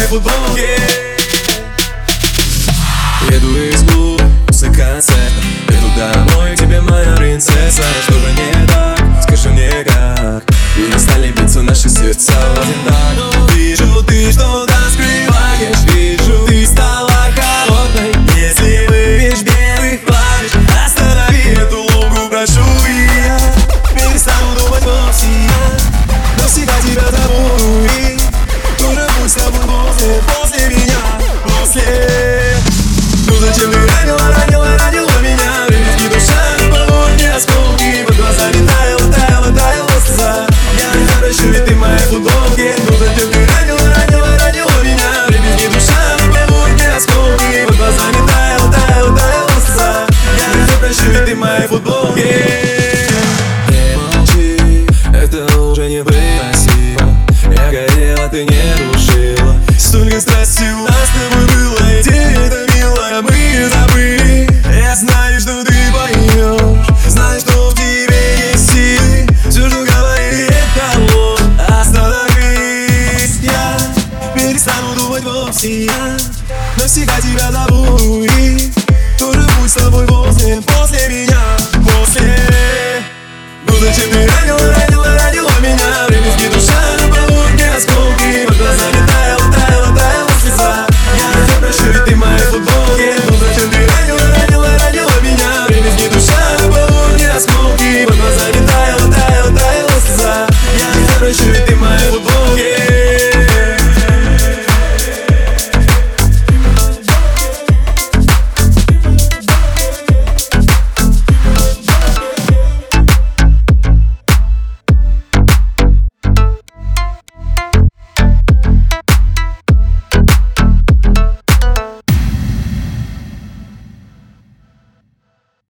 футболке. Еду из клуба после концерта, еду домой к тебе, моя принцесса. Что же не так? Скажи мне как. Перестали биться наши сердца в один так. Вижу, ты что-то скрываешь. Вижу, ты стала холодной. Если выпьешь белых клавиш, останови эту логу, прошу. И я перестану думать вовсе. Я навсегда тебя забуду. И тоже будь с тобой после меня. После. Ну зачем ты ранила меня? Привезли душа на полоне, осколки под глазами таяла слеза. Я не прощу, ведь ты в моей футболке. Ну зачем ты ранила меня? Привезли душа на полоне, осколки под глазами таяла слеза. Я не прощу, ведь ты в моей футболке. Не молчи, это уже не красиво. Я горела, ты не душила. Столько страсти у нас с тобой было, и это мило, мы забыли. Я знаю, что ты поймешь, знаю, что в тебе есть силы. Все, что говорили, это ложь. Остановись, я перестану думать вовсе. Я навсегда тебя забуду.